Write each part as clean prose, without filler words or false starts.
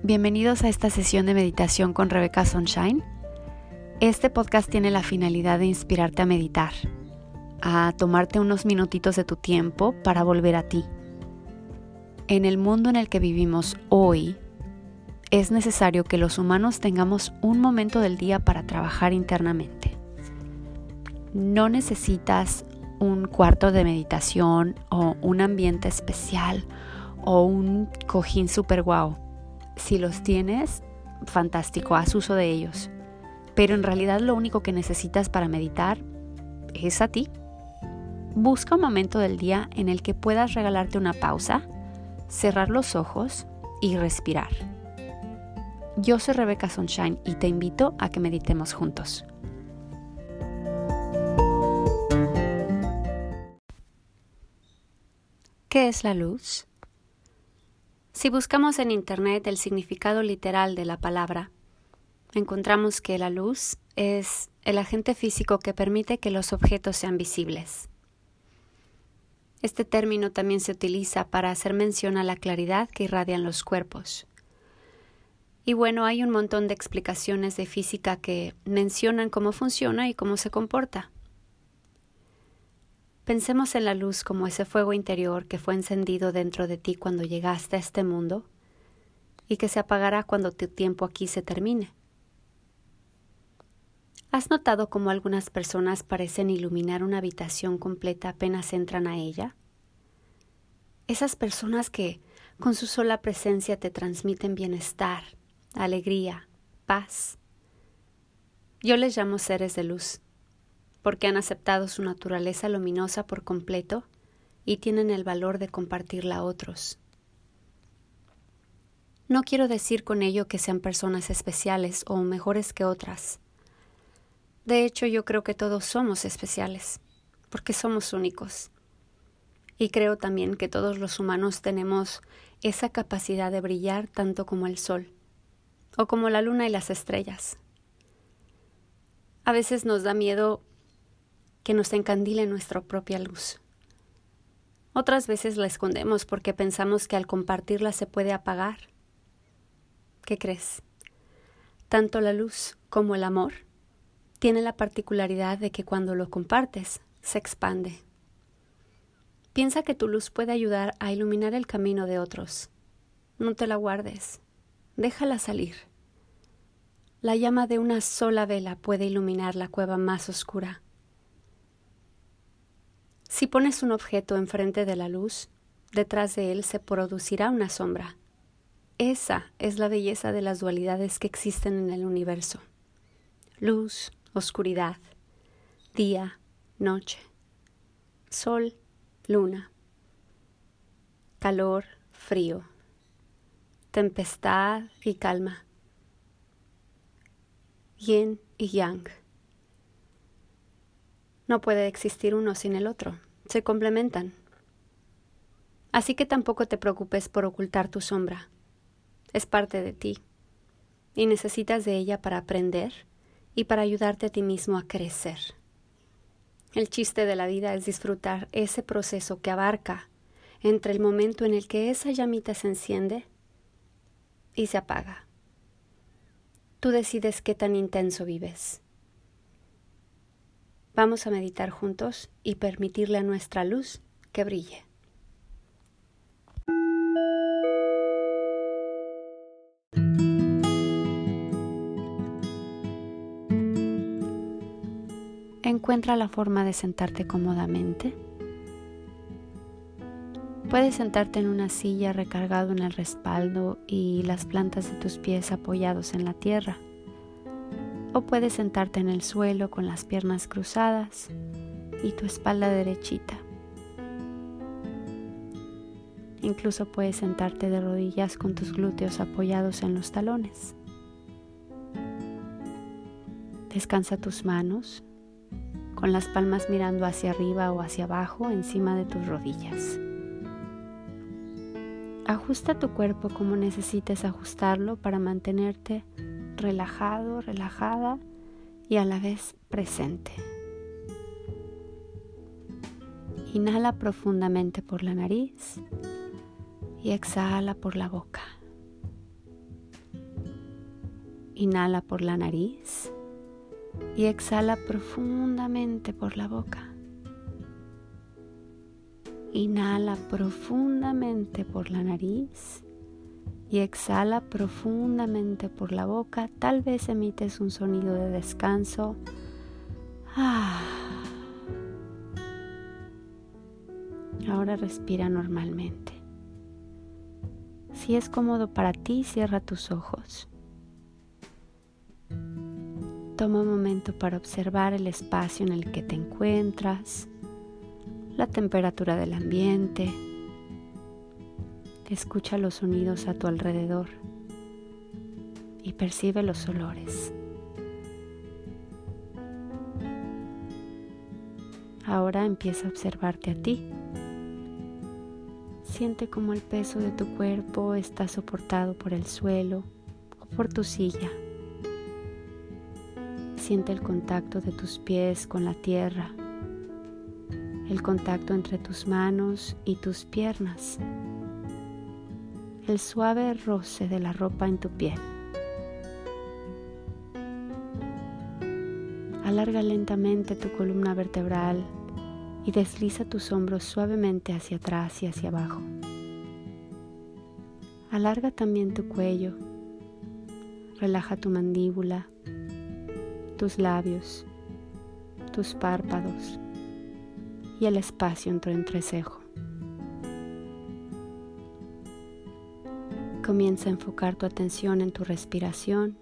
Bienvenidos a esta sesión de meditación con Rebecca Sunshine. Este podcast tiene la finalidad de inspirarte a meditar, a tomarte unos minutitos de tu tiempo para volver a ti. En el mundo en el que vivimos hoy, es necesario que los humanos tengamos un momento del día para trabajar internamente. No necesitas un cuarto de meditación o un ambiente especial o un cojín super guau. Si los tienes, fantástico, haz uso de ellos. Pero en realidad lo único que necesitas para meditar es a ti. Busca un momento del día en el que puedas regalarte una pausa, cerrar los ojos y respirar. Yo soy Rebecca Sunshine y te invito a que meditemos juntos. ¿Qué es la luz? Si buscamos en Internet el significado literal de la palabra, encontramos que la luz es el agente físico que permite que los objetos sean visibles. Este término también se utiliza para hacer mención a la claridad que irradian los cuerpos. Y bueno, hay un montón de explicaciones de física que mencionan cómo funciona y cómo se comporta. Pensemos en la luz como ese fuego interior que fue encendido dentro de ti cuando llegaste a este mundo y que se apagará cuando tu tiempo aquí se termine. ¿Has notado cómo algunas personas parecen iluminar una habitación completa apenas entran a ella? Esas personas que con su sola presencia te transmiten bienestar, alegría, paz. Yo les llamo seres de luz, porque han aceptado su naturaleza luminosa por completo y tienen el valor de compartirla a otros. No quiero decir con ello que sean personas especiales o mejores que otras. De hecho, yo creo que todos somos especiales, porque somos únicos. Y creo también que todos los humanos tenemos esa capacidad de brillar tanto como el sol, o como la luna y las estrellas. A veces nos da miedo que nos encandile nuestra propia luz. Otras veces la escondemos porque pensamos que al compartirla se puede apagar. ¿Qué crees? Tanto la luz como el amor tienen la particularidad de que cuando lo compartes, se expande. Piensa que tu luz puede ayudar a iluminar el camino de otros. No te la guardes. Déjala salir. La llama de una sola vela puede iluminar la cueva más oscura. Si pones un objeto enfrente de la luz, detrás de él se producirá una sombra. Esa es la belleza de las dualidades que existen en el universo. Luz, oscuridad, día, noche, sol, luna, calor, frío, tempestad y calma, yin y yang. No puede existir uno sin el otro, se complementan. Así que tampoco te preocupes por ocultar tu sombra. Es parte de ti y necesitas de ella para aprender y para ayudarte a ti mismo a crecer. El chiste de la vida es disfrutar ese proceso que abarca entre el momento en el que esa llamita se enciende y se apaga. Tú decides qué tan intenso vives. Vamos a meditar juntos y permitirle a nuestra luz que brille. Encuentra la forma de sentarte cómodamente. Puedes sentarte en una silla recargado en el respaldo y las plantas de tus pies apoyados en la tierra. O puedes sentarte en el suelo con las piernas cruzadas y tu espalda derechita. Incluso puedes sentarte de rodillas con tus glúteos apoyados en los talones. Descansa tus manos con las palmas mirando hacia arriba o hacia abajo encima de tus rodillas. Ajusta tu cuerpo como necesites ajustarlo para mantenerte relajado, relajada y a la vez presente. Inhala profundamente por la nariz y exhala por la boca. Inhala por la nariz y exhala profundamente por la boca. Inhala profundamente por la nariz y exhala profundamente por la boca. Tal vez emites un sonido de descanso. Ahora respira normalmente. Si es cómodo para ti, cierra tus ojos. Toma un momento para observar el espacio en el que te encuentras, la temperatura del ambiente. Escucha los sonidos a tu alrededor y percibe los olores. Ahora empieza a observarte a ti. Siente cómo el peso de tu cuerpo está soportado por el suelo o por tu silla. Siente el contacto de tus pies con la tierra, el contacto entre tus manos y tus piernas, el suave roce de la ropa en tu piel. Alarga lentamente tu columna vertebral y desliza tus hombros suavemente hacia atrás y hacia abajo. Alarga también tu cuello. Relaja tu mandíbula, tus labios, tus párpados y el espacio en tu entrecejo. Comienza a enfocar tu atención en tu respiración.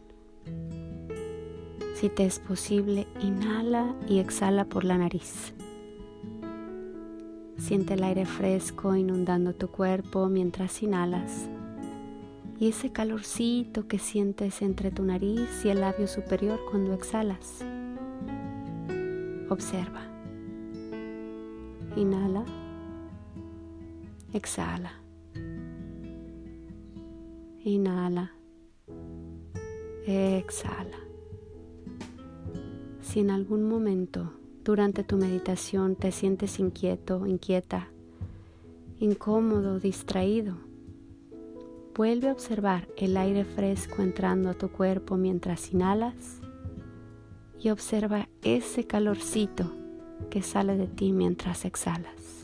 Si te es posible, inhala y exhala por la nariz. Siente el aire fresco inundando tu cuerpo mientras inhalas y ese calorcito que sientes entre tu nariz y el labio superior cuando exhalas. Observa. Inhala, exhala. Inhala, exhala. Si en algún momento durante tu meditación te sientes inquieto, inquieta, incómodo, distraído, vuelve a observar el aire fresco entrando a tu cuerpo mientras inhalas y observa ese calorcito que sale de ti mientras exhalas.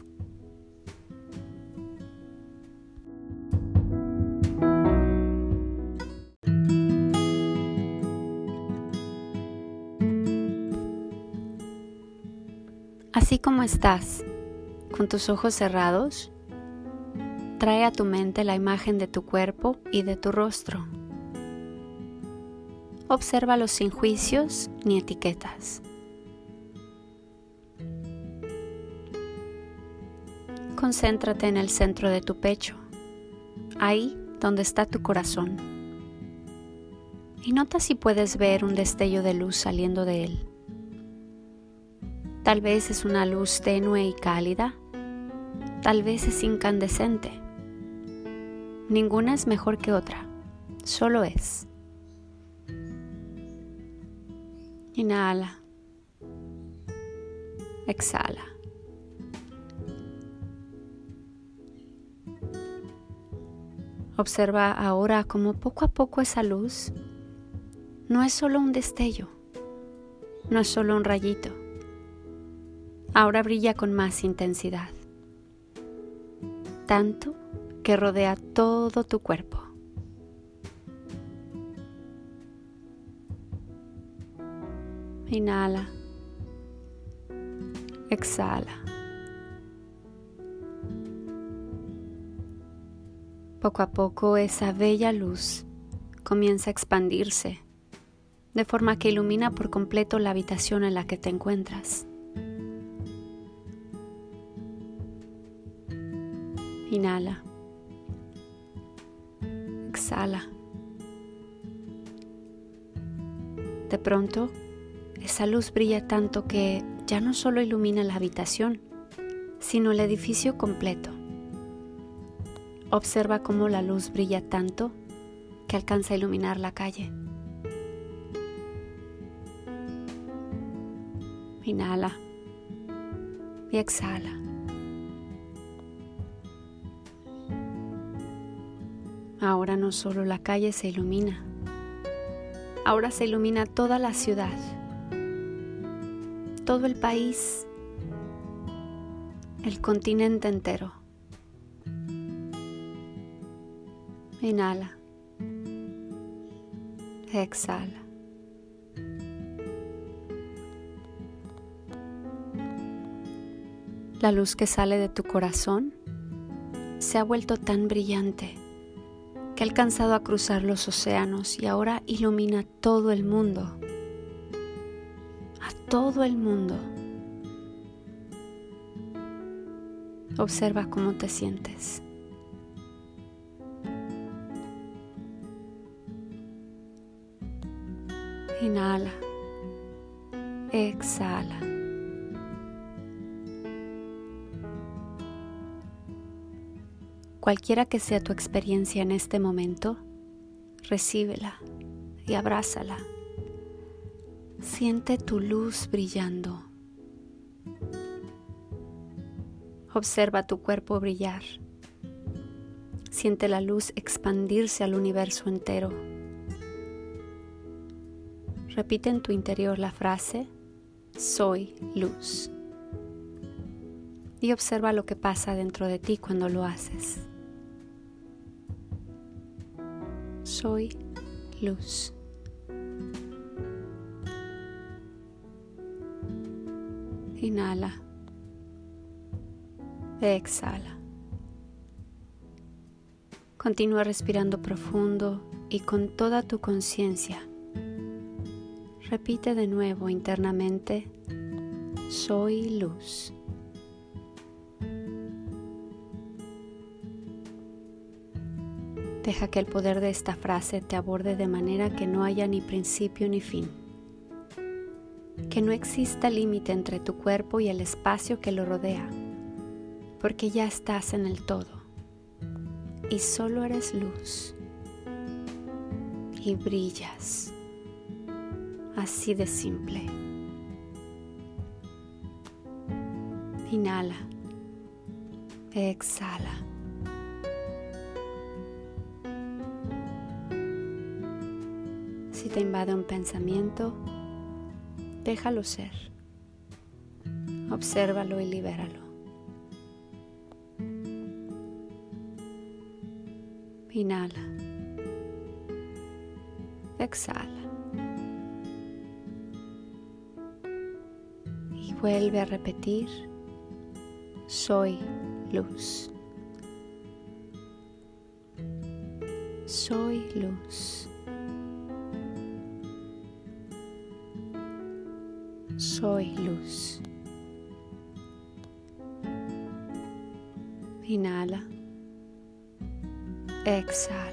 Así como estás, con tus ojos cerrados, trae a tu mente la imagen de tu cuerpo y de tu rostro. Obsérvalos sin juicios ni etiquetas. Concéntrate en el centro de tu pecho, ahí donde está tu corazón. Y nota si puedes ver un destello de luz saliendo de él. Tal vez es una luz tenue y cálida, tal vez es incandescente. Ninguna es mejor que otra, solo es. Inhala, exhala. Observa ahora cómo poco a poco esa luz no es solo un destello, no es solo un rayito. Ahora brilla con más intensidad, tanto que rodea todo tu cuerpo. Inhala, exhala. Poco a poco esa bella luz comienza a expandirse, de forma que ilumina por completo la habitación en la que te encuentras. Inhala, exhala. De pronto, esa luz brilla tanto que ya no solo ilumina la habitación, sino el edificio completo. Observa cómo la luz brilla tanto que alcanza a iluminar la calle. Inhala y exhala. Ahora no solo la calle se ilumina, Ahora se ilumina toda la ciudad, todo el país, el continente entero. Inhala. Exhala. La luz que sale de tu corazón se ha vuelto tan brillante que ha alcanzado a cruzar los océanos y ahora ilumina todo el mundo. A todo el mundo. Observa cómo te sientes. Inhala. Exhala. Cualquiera que sea tu experiencia en este momento, recíbela y abrázala. Siente tu luz brillando. Observa tu cuerpo brillar. Siente la luz expandirse al universo entero. Repite en tu interior la frase, soy luz. Y observa lo que pasa dentro de ti cuando lo haces. Soy luz. Inhala. Exhala. Continúa respirando profundo y con toda tu conciencia. Repite de nuevo internamente, soy luz. Deja que el poder de esta frase te aborde de manera que no haya ni principio ni fin. Que no exista límite entre tu cuerpo y el espacio que lo rodea, porque ya estás en el todo y solo eres luz y brillas. Así de simple. Inhala. Exhala. Si te invade un pensamiento, déjalo ser. Obsérvalo y libéralo. Inhala. Exhala. Y vuelve a repetir, soy luz. Soy luz. Soy luz. Inhala. Exhala.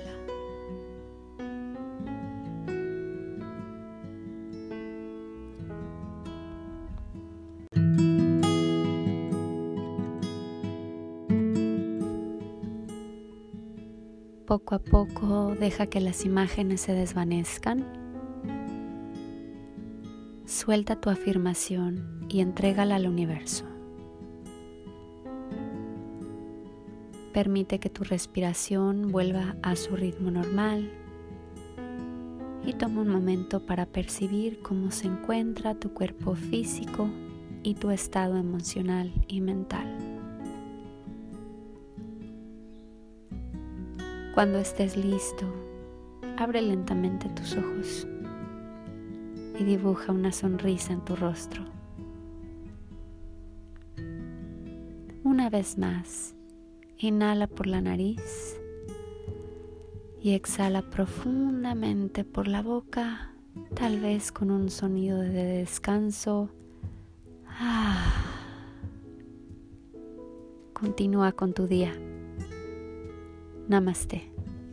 Poco a poco deja que las imágenes se desvanezcan. Suelta tu afirmación y entrégala al universo. Permite que tu respiración vuelva a su ritmo normal y toma un momento para percibir cómo se encuentra tu cuerpo físico y tu estado emocional y mental. Cuando estés listo, abre lentamente tus ojos y dibuja una sonrisa en tu rostro. Una vez más, inhala por la nariz y exhala profundamente por la boca, tal vez con un sonido de descanso. Continúa con tu día. Namaste.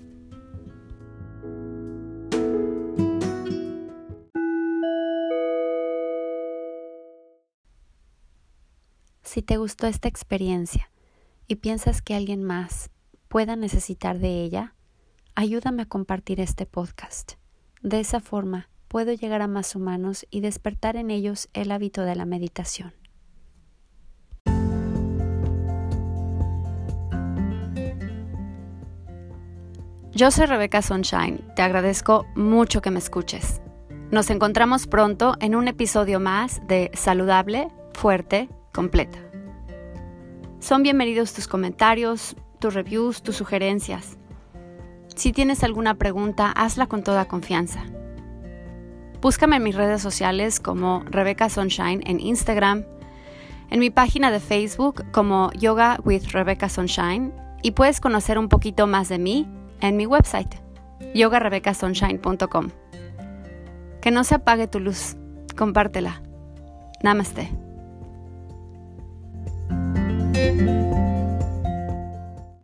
Si te gustó esta experiencia y piensas que alguien más pueda necesitar de ella, ayúdame a compartir este podcast. De esa forma puedo llegar a más humanos y despertar en ellos el hábito de la meditación. Yo soy Rebecca Sunshine. Te agradezco mucho que me escuches. Nos encontramos pronto en un episodio más de Saludable, Fuerte, Completa. Son bienvenidos tus comentarios, tus reviews, tus sugerencias. Si tienes alguna pregunta, hazla con toda confianza. Búscame en mis redes sociales como Rebecca Sunshine en Instagram, en mi página de Facebook como Yoga with Rebecca Sunshine y puedes conocer un poquito más de mí en mi website, yogarebeccasunshine.com. Que no se apague tu luz, compártela. Namaste.